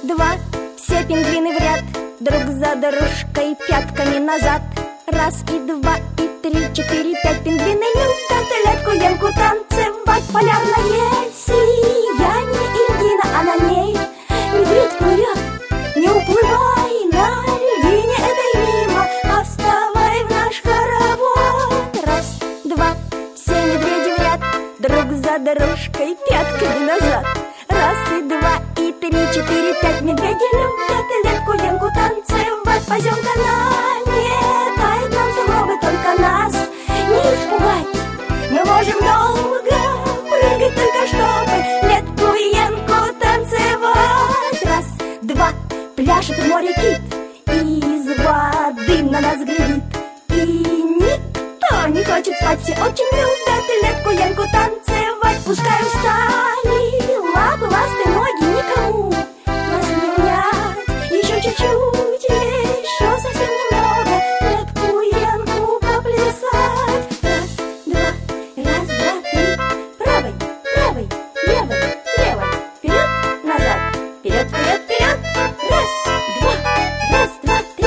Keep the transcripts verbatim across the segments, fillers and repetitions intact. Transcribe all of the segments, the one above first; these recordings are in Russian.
два, все пингвины в ряд, друг за дружкой пятками назад. Раз и два, и три, четыре, пять. Пингвины любят летку, янку танцевать. Полярное сияние Ильдина, а на ней медведь плывет. Не уплывай на льдине этой мимо, а вставай в наш хоровод. Раз, два, все медведи в ряд, друг за дружкой пятками назад. Раз и два, и три, четыре, пять. Медведи любят летку, янку танцевать. Поземка налетает нам сугробы, только нас не испугать. Мы можем долго прыгать, только чтобы летку, янку танцевать. Раз, два, пляшет в море кит, и из воды на нас глядит. И никто не хочет спать, все очень любят летку, янку танцевать. Пускай устали лапы, ласты, ноги, никому нас не унять. Еще чуть-чуть, еще совсем немного, летку, янку поплясать. Раз, два, раз, два, три. Правой, правой, левой, левой. Вперед, назад, вперед, вперед, вперед. Раз, два, раз, два, три.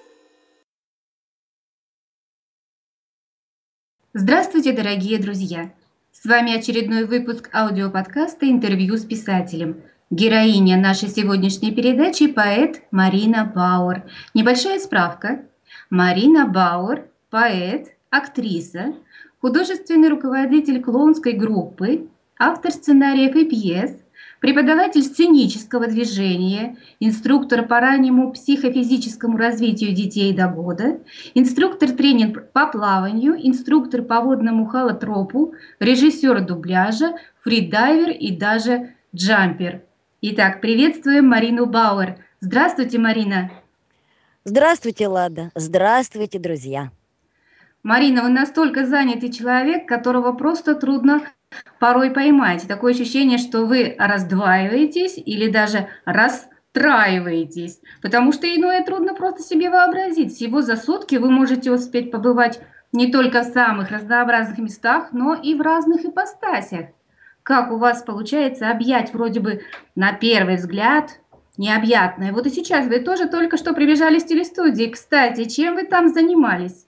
Здравствуйте, дорогие друзья! С вами очередной выпуск аудиоподкаста «Интервью с писателем». Героиня нашей сегодняшней передачи – поэт Марина Бауэр. Небольшая справка. Марина Бауэр – поэт, актриса, художественный руководитель клоунской группы, автор сценариев и пьес, преподаватель сценического движения, инструктор по раннему психофизическому развитию детей до года, инструктор-тренер по плаванию, инструктор по водному холотропу, режиссер дубляжа, фридайвер и даже джампер. Итак, приветствуем Марину Бауэр. Здравствуйте, Марина. Здравствуйте, Лада. Здравствуйте, друзья. Марина, вы настолько занятый человек, которого просто трудно порой поймать. Такое ощущение, что вы раздваиваетесь или даже расстраиваетесь, потому что иное трудно просто себе вообразить. Всего за сутки вы можете успеть побывать не только в самых разнообразных местах, но и в разных ипостасях. Как у вас получается объять вроде бы на первый взгляд необъятное? Вот и сейчас вы тоже только что прибежали с телестудии. Кстати, чем вы там занимались?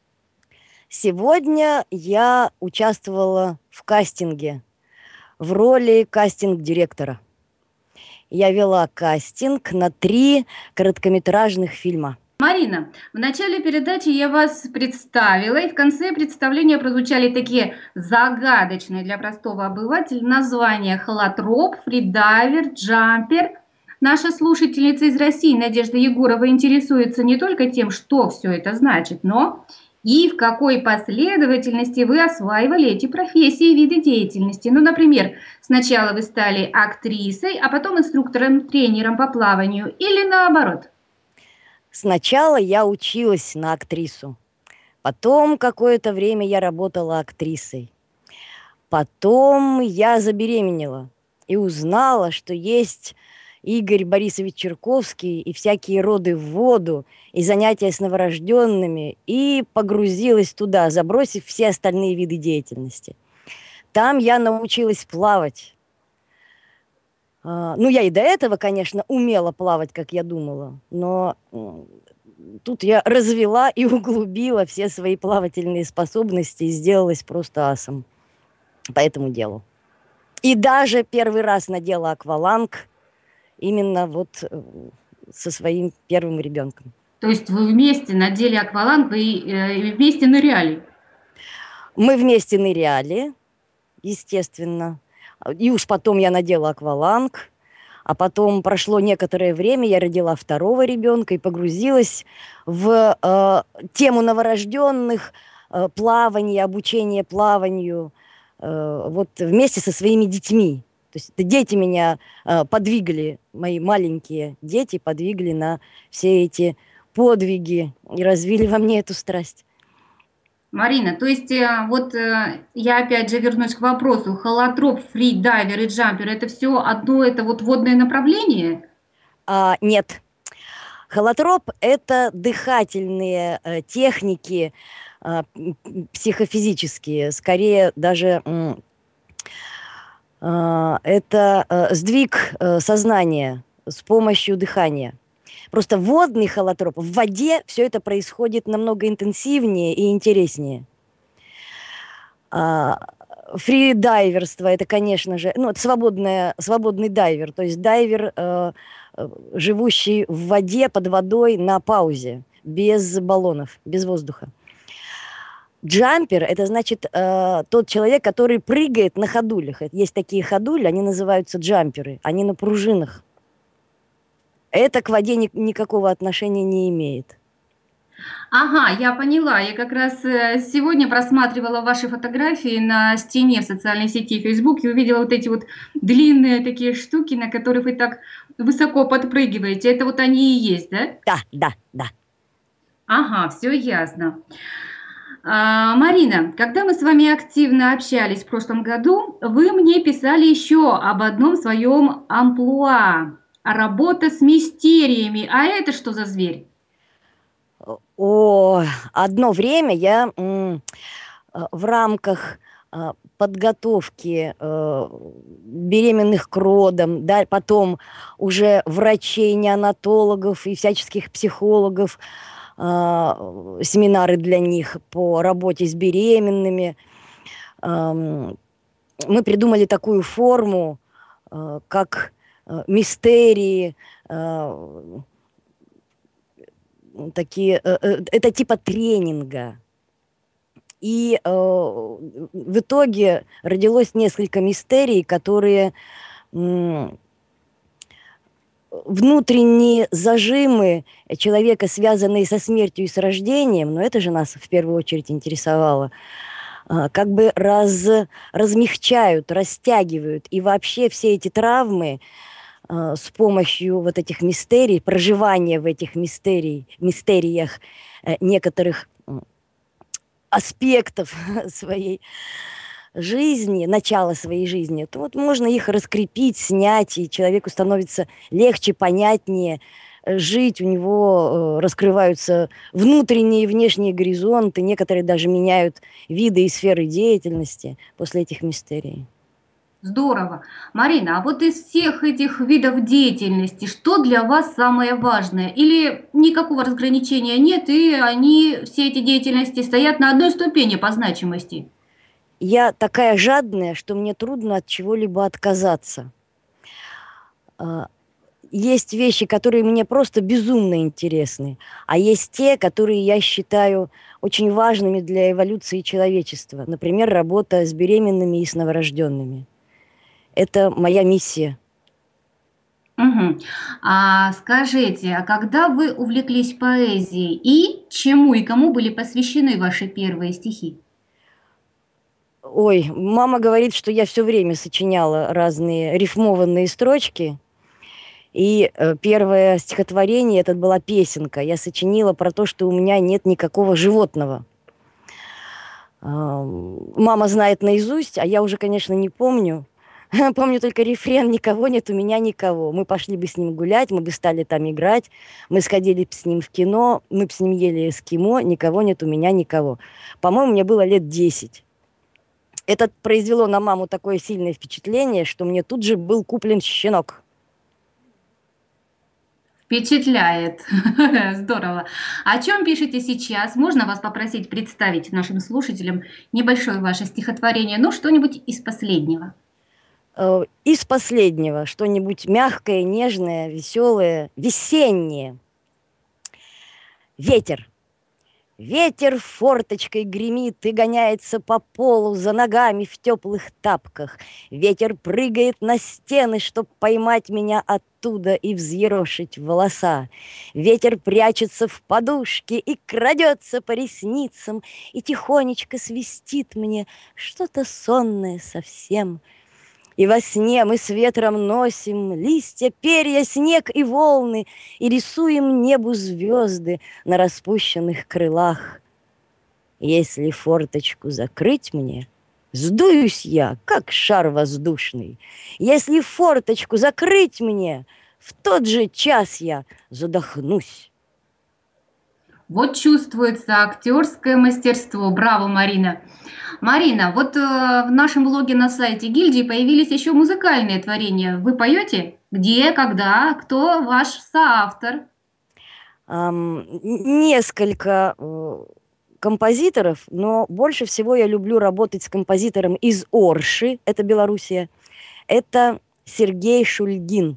Сегодня я участвовала в кастинге в роли кастинг-директора. Я вела кастинг на три короткометражных фильма. Марина, в начале передачи я вас представила, и в конце представления прозвучали такие загадочные для простого обывателя названия: холотроп, фридайвер, джампер. Наша слушательница из России Надежда Егорова интересуется не только тем, что все это значит, но и в какой последовательности вы осваивали эти профессии и виды деятельности. Ну, например, сначала вы стали актрисой, а потом инструктором-тренером по плаванию, или наоборот? Сначала я училась на актрису. Потом какое-то время я работала актрисой. Потом я забеременела и узнала, что есть Игорь Борисович Чирковский и всякие роды в воду, и занятия с новорожденными, и погрузилась туда, забросив все остальные виды деятельности. Там я научилась плавать. Ну, я и до этого, конечно, умела плавать, как я думала, но тут я развела и углубила все свои плавательные способности и сделалась просто асом по этому делу. И даже первый раз надела акваланг именно вот со своим первым ребенком. То есть вы вместе надели акваланг и э, вместе ныряли? Мы вместе ныряли, естественно. И уж потом я надела акваланг. А потом прошло некоторое время, я родила второго ребенка и погрузилась в э, тему новорожденных, э, плавания, обучения плаванию, э, вот вместе со своими детьми. То есть дети меня э, подвигали, мои маленькие дети подвигали на все эти подвиги и развили во мне эту страсть. Марина, то есть вот я опять же вернусь к вопросу: холотроп, фридайвер и джампер – это все одно, это вот водное направление? А, нет. Холотроп – это дыхательные э, техники э, психофизические, скорее даже э, это э, сдвиг э, сознания, с помощью дыхания. Просто водный холотроп, в воде все это происходит намного интенсивнее и интереснее. А, фридайверство – это, конечно же, ну, это свободное, свободный дайвер, то есть дайвер, э, живущий в воде, под водой, на паузе, без баллонов, без воздуха. Джампер – это значит э, тот человек, который прыгает на ходулях. Есть такие ходули, они называются джамперы, они на пружинах. Это к воде ни, никакого отношения не имеет. Ага, я поняла. Я как раз э, сегодня просматривала ваши фотографии на стене в социальной сети Facebook и увидела вот эти вот длинные такие штуки, на которых вы так высоко подпрыгиваете. Это вот они и есть, да? Да, да, да. Ага, все ясно. А, Марина, когда мы с вами активно общались в прошлом году, вы мне писали еще об одном своем амплуа. Работа с мистериями. А это что за зверь? О, одно время я м, в рамках а, подготовки э, беременных к родам, да, потом уже врачей, неонатологов и всяческих психологов, э, семинары для них по работе с беременными. Э, мы придумали такую форму, э, как э, мистерии, э, такие, э, э, это типа тренинга. И э, в итоге родилось несколько мистерий, которые м, внутренние зажимы человека, связанные со смертью и с рождением, но это же нас в первую очередь интересовало, э, как бы раз, размягчают, растягивают. И вообще все эти травмы э, с помощью вот этих мистерий, проживания в этих мистерий, мистериях э, некоторых аспектов своей жизни, начала своей жизни, то вот можно их раскрепить, снять, и человеку становится легче, понятнее жить, у него раскрываются внутренние и внешние горизонты, некоторые даже меняют виды и сферы деятельности после этих мистерий. Здорово. Марина, а вот из всех этих видов деятельности, что для вас самое важное? Или никакого разграничения нет, и они, все эти деятельности стоят на одной ступени по значимости? Я такая жадная, что мне трудно от чего-либо отказаться. Есть вещи, которые мне просто безумно интересны, а есть те, которые я считаю очень важными для эволюции человечества. Например, работа с беременными и с новорожденными. Это моя миссия. Угу. А скажите, а когда вы увлеклись поэзией, и чему и кому были посвящены ваши первые стихи? Ой, мама говорит, что я все время сочиняла разные рифмованные строчки. И э, первое стихотворение, это была песенка. Я сочинила про то, что у меня нет никакого животного. Э, мама знает наизусть, а я уже, конечно, не помню. Помню только рефрен «Никого нет, у меня никого». Мы пошли бы с ним гулять, мы бы стали там играть, мы сходили бы с ним в кино, мы бы с ним ели эскимо, никого нет, у меня никого. По-моему, мне было лет десять. Это произвело на маму такое сильное впечатление, что мне тут же был куплен щенок. Впечатляет. Здорово. О чем пишете сейчас? Можно вас попросить представить нашим слушателям небольшое ваше стихотворение, ну, что-нибудь из последнего? Из последнего что-нибудь мягкое, нежное, веселое, весеннее. Ветер. Ветер форточкой гремит и гоняется по полу за ногами в теплых тапках. Ветер прыгает на стены, чтоб поймать меня оттуда и взъерошить волоса. Ветер прячется в подушке и крадется по ресницам, и тихонечко свистит мне что-то сонное совсем. И во сне мы с ветром носим листья, перья, снег и волны, и рисуем небу звезды на распущенных крылах. Если форточку закрыть мне, сдуюсь я, как шар воздушный. Если форточку закрыть мне, в тот же час я задохнусь. Вот чувствуется актерское мастерство. Браво, Марина! Марина, вот э, в нашем блоге на сайте гильдии появились еще музыкальные творения. Вы поете? Где, когда, кто ваш соавтор? Ам, н- несколько э, композиторов, но больше всего я люблю работать с композитором из Орши, это Белоруссия. Это Сергей Шульгин.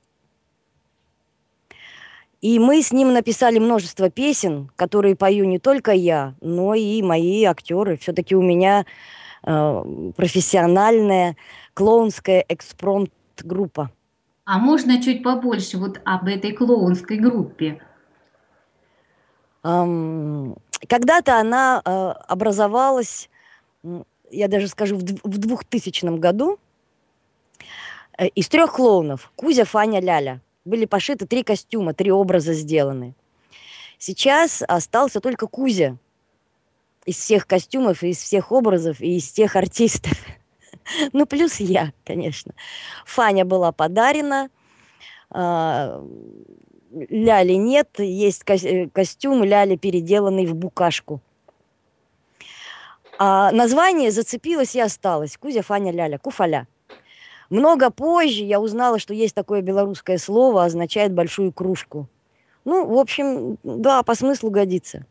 И мы с ним написали множество песен, которые пою не только я, но и мои актеры. Все-таки у меня э, профессиональная клоунская экспромт-группа. А можно чуть побольше вот об этой клоунской группе? Ам, Когда-то она э, образовалась, м, я даже скажу, в д- в двухтысячном году э, из трех клоунов. Кузя, Фаня, Ляля. Были пошиты три костюма, три образа сделаны. Сейчас остался только Кузя из всех костюмов, из всех образов и из тех артистов. Ну, плюс я, конечно. Фаня была подарена, а, Ляли нет, есть кос- э, костюм Ляли, переделанный в букашку. А название зацепилось и осталось. Кузя, Фаня, Ляля, Куфаля. Много позже я узнала, что есть такое белорусское слово, означает большую кружку. Ну, в общем, да, по смыслу годится.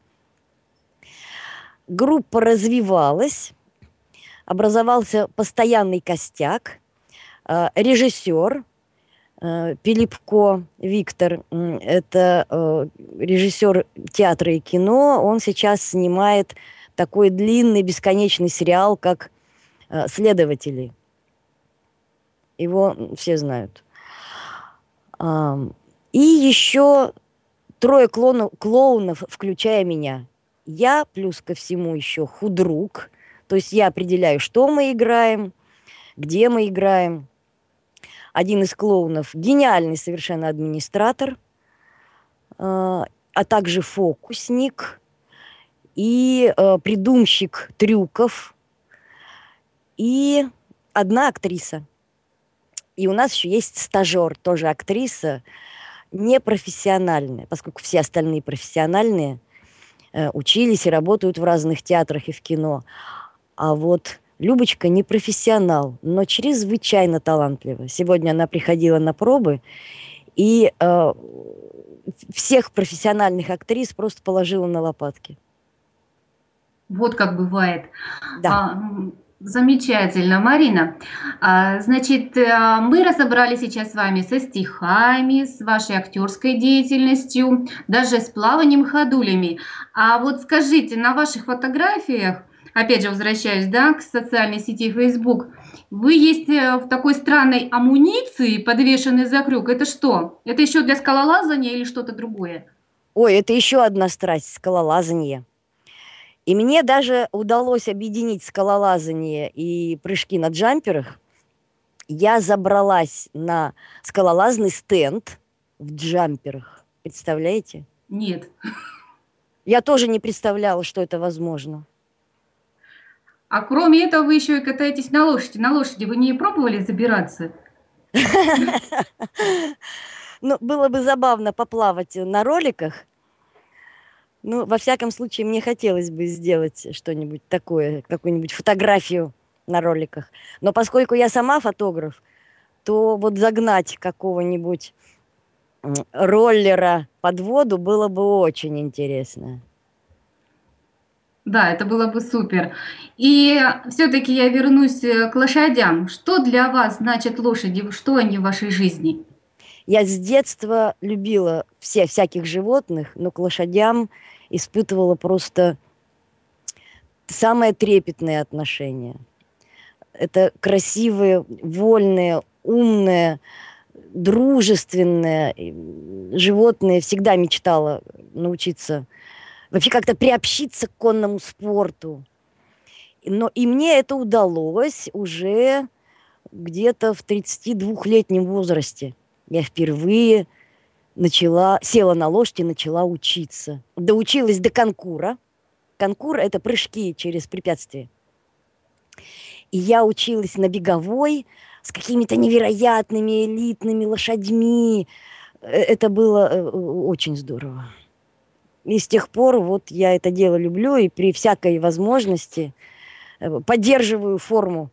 Группа развивалась, образовался постоянный костяк, э, режиссер э, Пилипко Виктор, м, это э, режиссер театра и кино, он сейчас снимает такой длинный бесконечный сериал, как э, «Следователи». Его м, все знают. Ам, И еще трое клоунов, клоунов, включая меня. Я, плюс ко всему, еще худрук. То есть я определяю, что мы играем, где мы играем. Один из клоунов гениальный совершенно администратор, а а также фокусник и э, придумщик трюков, и одна актриса. И у нас еще есть стажер, тоже актриса, непрофессиональная, поскольку все остальные профессиональные э, учились и работают в разных театрах и в кино. А вот Любочка не профессионал, но чрезвычайно талантлива. Сегодня она приходила на пробы, и э, всех профессиональных актрис просто положила на лопатки. Вот как бывает. Да. А, м, замечательно, Марина. А, значит, э, мы разобрали сейчас с вами со стихами, с вашей актерской деятельностью, даже с плаванием ходулями. А вот скажите, на ваших фотографиях, опять же, возвращаюсь, да, к социальной сети Facebook, вы есть э, в такой странной амуниции, подвешенной за крюк. Это что? Это еще для скалолазания или что-то другое? Ой, это еще одна страсть — скалолазание. И мне даже удалось объединить скалолазание и прыжки на джамперах. Я забралась на скалолазный стенд в джамперах. Представляете? Нет. Я тоже не представляла, что это возможно. А кроме этого вы еще и катаетесь на лошади. На лошади вы не пробовали забираться? Ну, было бы забавно поплавать на роликах. Ну, во всяком случае, мне хотелось бы сделать что-нибудь такое, какую-нибудь фотографию на роликах. Но поскольку я сама фотограф, то вот загнать какого-нибудь м, роллера под воду было бы очень интересно. Да, это было бы супер. И все-таки я вернусь э, к лошадям. Что для вас значит лошади? Что они в вашей жизни? Я с детства любила все всяких животных, но к лошадям испытывала просто самое трепетное отношение. Это красивые, вольные, умные, дружественные и животные. Всегда мечтала научиться вообще как-то приобщиться к конному спорту. Но и мне это удалось уже где-то в тридцатидвухлетнем возрасте. Я впервые начала, села на лошадь и начала учиться. Доучилась до конкура. Конкур — это прыжки через препятствия. И я училась на беговой с какими-то невероятными элитными лошадьми. Э, Это было э, очень здорово. И с тех пор вот я это дело люблю, и при всякой возможности поддерживаю форму.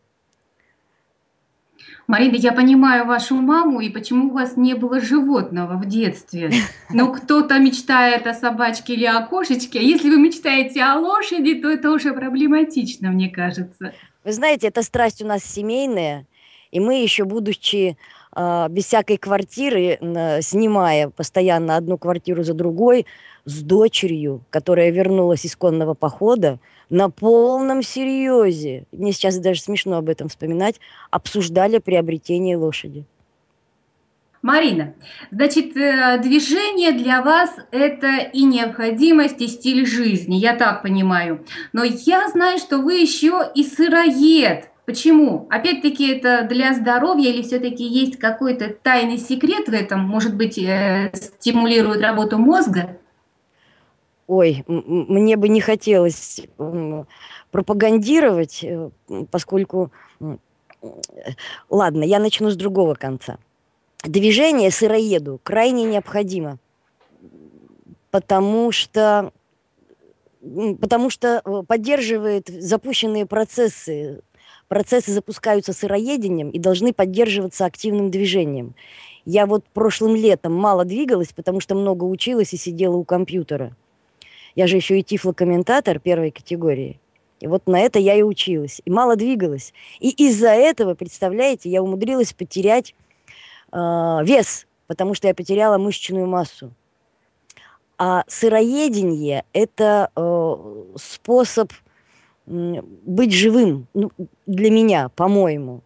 Марина, я понимаю вашу маму, и почему у вас не было животного в детстве. Но кто-то мечтает о собачке или о кошечке. А если вы мечтаете о лошади, то это уже проблематично, мне кажется. Вы знаете, эта страсть у нас семейная, и мы еще, будучи э, без всякой квартиры, э, снимая постоянно одну квартиру за другой, с дочерью, которая вернулась из конного похода, на полном серьезе, мне сейчас даже смешно об этом вспоминать, обсуждали приобретение лошади. Марина, значит, движение для вас – это и необходимость, и стиль жизни, я так понимаю. Но я знаю, что вы еще и сыроед. Почему? Опять-таки это для здоровья или все-таки есть какой-то тайный секрет в этом? Может быть, стимулирует работу мозга? Ой, мне бы не хотелось пропагандировать, поскольку... Ладно, я начну с другого конца. Движение сыроеду крайне необходимо, потому что, потому что поддерживает запущенные процессы. Процессы запускаются сыроедением и должны поддерживаться активным движением. Я вот прошлым летом мало двигалась, потому что много училась и сидела у компьютера. Я же еще и тифлокомментатор первой категории. И вот на это я и училась. И мало двигалась. И из-за этого, представляете, я умудрилась потерять э, вес, потому что я потеряла мышечную массу. А сыроедение – это э, способ э, быть живым, ну, для меня, по-моему.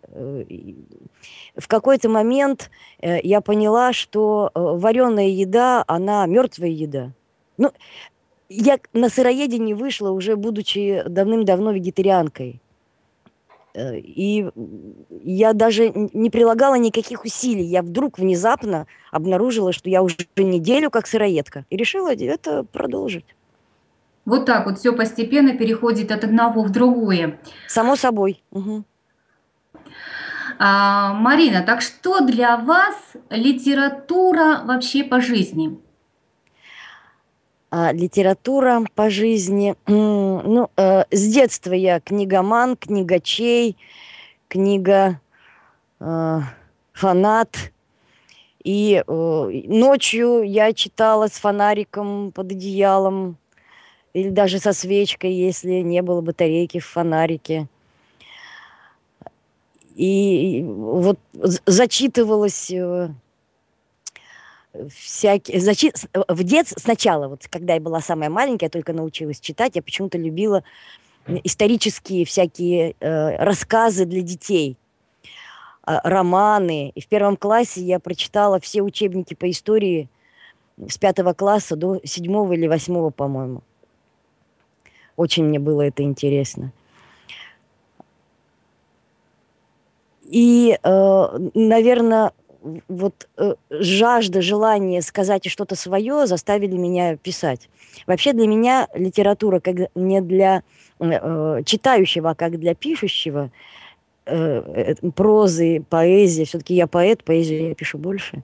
В какой-то момент э, я поняла, что э, вареная еда, она мертвая еда. Ну, я на сыроедение вышла, уже будучи давным-давно вегетарианкой. И я даже не прилагала никаких усилий. Я вдруг внезапно обнаружила, что я уже неделю как сыроедка. И решила это продолжить. Вот так вот все постепенно переходит от одного в другое. Само собой. Угу. А, Марина, так что для вас литература вообще по жизни? А, литература по жизни. Ну, э, с детства я книгоман, книгачей, книга э, фанат. И э, ночью я читала с фонариком под одеялом или даже со свечкой, если не было батарейки в фонарике. И вот зачитывалась... Э, всякие зачи... в детстве сначала, вот когда я была самая маленькая, я только научилась читать, я почему-то любила исторические всякие э, рассказы для детей, э, романы. И в первом классе я прочитала все учебники по истории с пятого класса до седьмого или восьмого, по-моему. Очень мне было это интересно. И, э, наверное, вот э, жажда, желание сказать что-то свое заставили меня писать. Вообще для меня литература как не для э, читающего, а как для пишущего, э, э, прозы, поэзии. Все-таки я поэт, поэзию я пишу больше.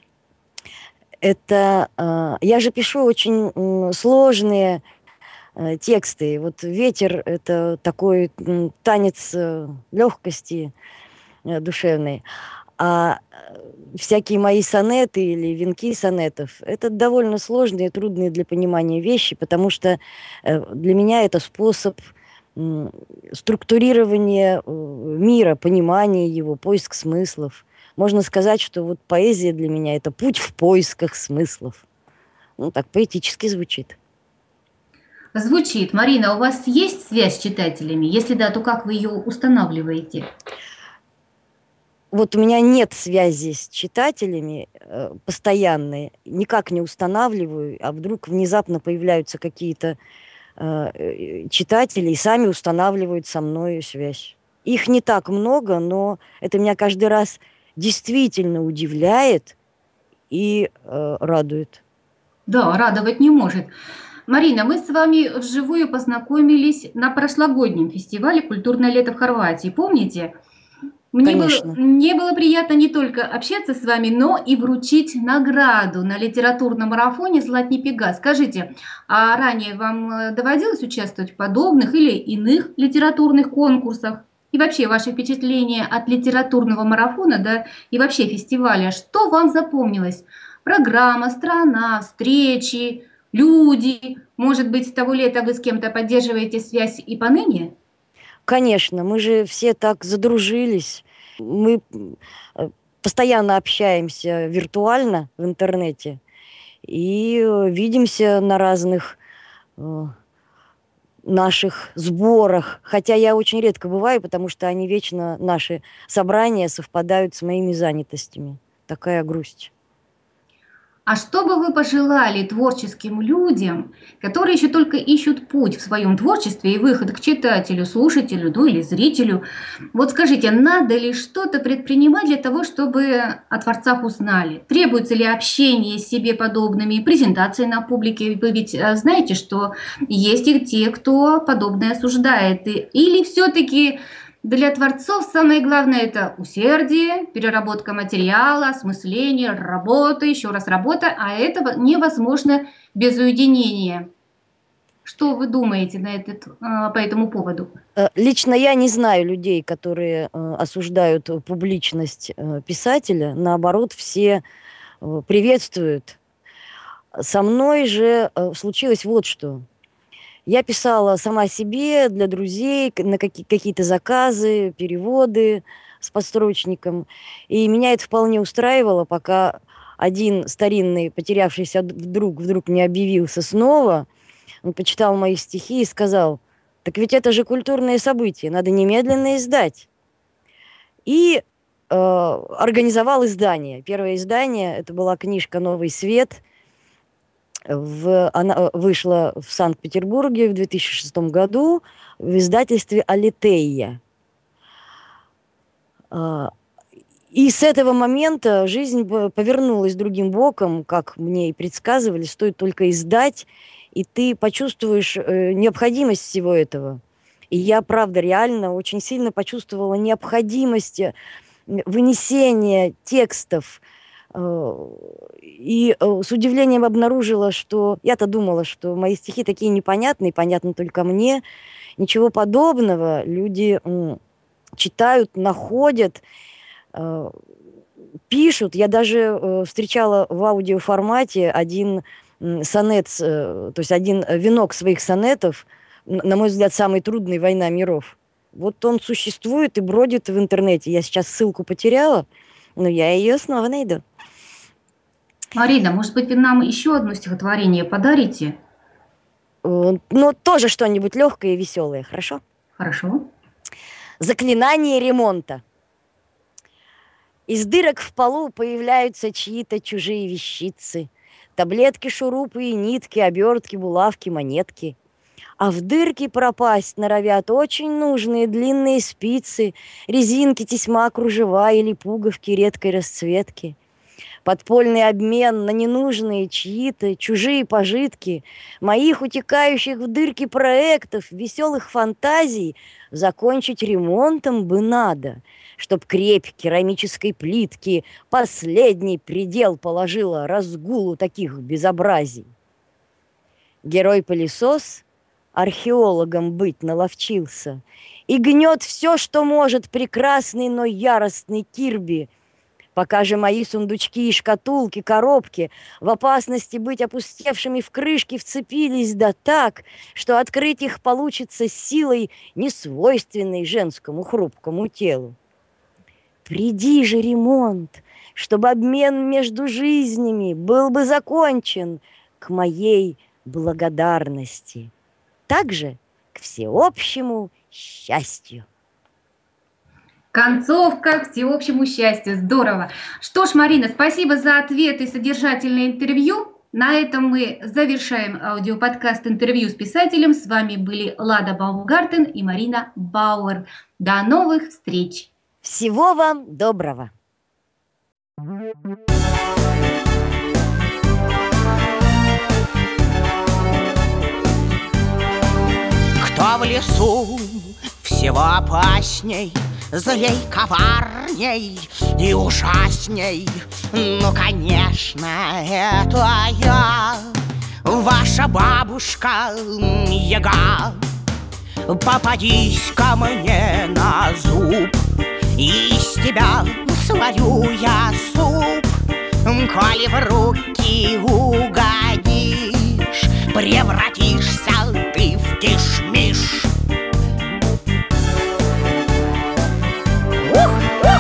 Это э, я же пишу очень э, сложные э, тексты. Вот «Ветер» — это такой э, танец э, легкости э, душевной. А всякие мои сонеты или венки сонетов – это довольно сложные, трудные для понимания вещи, потому что для меня это способ структурирования мира, понимания его, поиск смыслов. Можно сказать, что вот поэзия для меня – это путь в поисках смыслов. Ну, так поэтически звучит. Звучит. Марина, у вас есть связь с читателями? Если да, то как вы ее устанавливаете? Вот у меня нет связи с читателями э, постоянной, никак не устанавливаю, а вдруг внезапно появляются какие-то э, читатели и сами устанавливают со мной связь. Их не так много, но это меня каждый раз действительно удивляет и э, радует. Да, радовать не может. Марина, мы с вами вживую познакомились на прошлогоднем фестивале «Культурное лето» в Хорватии. Помните? Мне было, Конечно. мне было приятно не только общаться с вами, но и вручить награду на литературном марафоне «Златний Пегас». Скажите, а ранее вам э, доводилось участвовать в подобных или иных литературных конкурсах? И вообще, ваши впечатления от литературного марафона, да, и вообще фестиваля, что вам запомнилось? Программа, страна, встречи, люди. Может быть, с того лета вы с кем-то поддерживаете связь и поныне? Конечно, мы же все так задружились. Мы э, постоянно общаемся виртуально в интернете и э, видимся на разных э, наших сборах. Хотя я очень редко бываю, потому что они вечно, наши собрания, совпадают с моими занятостями. Такая грусть. А что бы вы пожелали творческим людям, которые еще только ищут путь в своем творчестве и выход к читателю, слушателю, ну или зрителю? Вот скажите, надо ли что-то предпринимать для того, чтобы о творцах узнали? Требуется ли общение с себе подобными, презентации на публике? Вы ведь э, знаете, что есть и те, кто подобное осуждает. И- Или все-таки для творцов самое главное – это усердие, переработка материала, осмысление, работа, еще раз работа, а этого невозможно без уединения. Что вы думаете на этот, а, по этому поводу? Э, Лично я не знаю людей, которые э, осуждают э, публичность э, писателя. Наоборот, все э, приветствуют. Со мной же э, случилось вот что. Я писала сама себе, для друзей, к- на каки- какие-то заказы, переводы с подстрочником. И меня это вполне устраивало, пока один старинный потерявшийся д- друг вдруг не объявился снова. Он почитал мои стихи и сказал: так ведь это же культурное событие, надо немедленно издать. И э, организовал издание. Первое издание, это была книжка «Новый свет». В, она э, вышла в Санкт-Петербурге в две тысячи шестом году в издательстве «Алитея». А, И с этого момента жизнь п- повернулась другим боком, как мне и предсказывали, стоит только издать, и ты почувствуешь э, необходимость всего этого. И я, правда, реально очень сильно почувствовала необходимость э, вынесения текстов. э, И э, с удивлением обнаружила, что я-то думала, что мои стихи такие непонятные, понятны только мне. Ничего подобного. Люди м, читают, находят, э, пишут. Я даже э, встречала в аудиоформате один м, сонет, с, э, то есть один э, венок своих сонетов, н- на мой взгляд, самый трудный «Война миров». Вот он существует и бродит в интернете. Я сейчас ссылку потеряла, но я ее снова найду. Марина, может быть, вы нам еще одно стихотворение подарите? Э, Но тоже что-нибудь легкое и веселое, хорошо? Хорошо. Заклинание ремонта. Из дырок в полу появляются чьи-то чужие вещицы. Таблетки, шурупы и нитки, обертки, булавки, монетки. А в дырки пропасть норовят очень нужные длинные спицы, резинки, тесьма, кружева или пуговки редкой расцветки. Подпольный обмен на ненужные чьи-то чужие пожитки, моих утекающих в дырки проектов, веселых фантазий закончить ремонтом бы надо, чтоб крепь керамической плитки последний предел положила разгулу таких безобразий. Герой-пылесос археологом быть наловчился и гнет все, что может прекрасный, но яростный Кирби. Пока же мои сундучки и шкатулки, коробки в опасности быть опустевшими в крышки вцепились да так, что открыть их получится силой, несвойственной женскому хрупкому телу. Приди же, ремонт, чтобы обмен между жизнями был бы закончен к моей благодарности, также к всеобщему счастью. Концовка к всеобщему счастью. Здорово. Что ж, Марина, спасибо за ответ и содержательное интервью. На этом мы завершаем аудиоподкаст «Интервью с писателем». С вами были Лада Баумгартен и Марина Бауэр. До новых встреч! Всего вам доброго! Кто лесу всего опасней, злей, коварней и ужасней. Ну, конечно, это я, ваша бабушка Яга. Попадись ко мне на зуб, и из тебя сварю я суп. Коли в руки угодишь, превратишься ты в кишмиш. Ух, ух!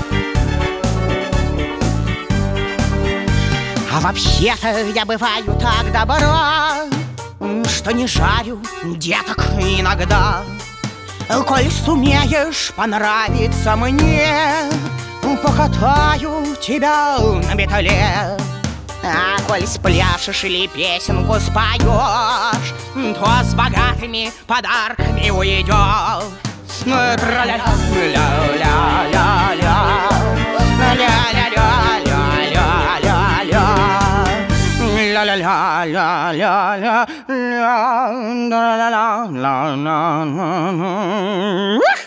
А вообще-то я бываю так добра, что не жарю деток иногда. Коль сумеешь понравиться мне, покатаю тебя на металле. А коль спляшешь или песенку споешь, то с богатыми подарками уйдешь. Тра-ля-ля, ля-ля-ля-ля, ля-ля-ля-ля-ля-ля-ля, ля-ля-ля-ля-ля-ля-ля-ля-ля-ля-ля-ля-ля-ля.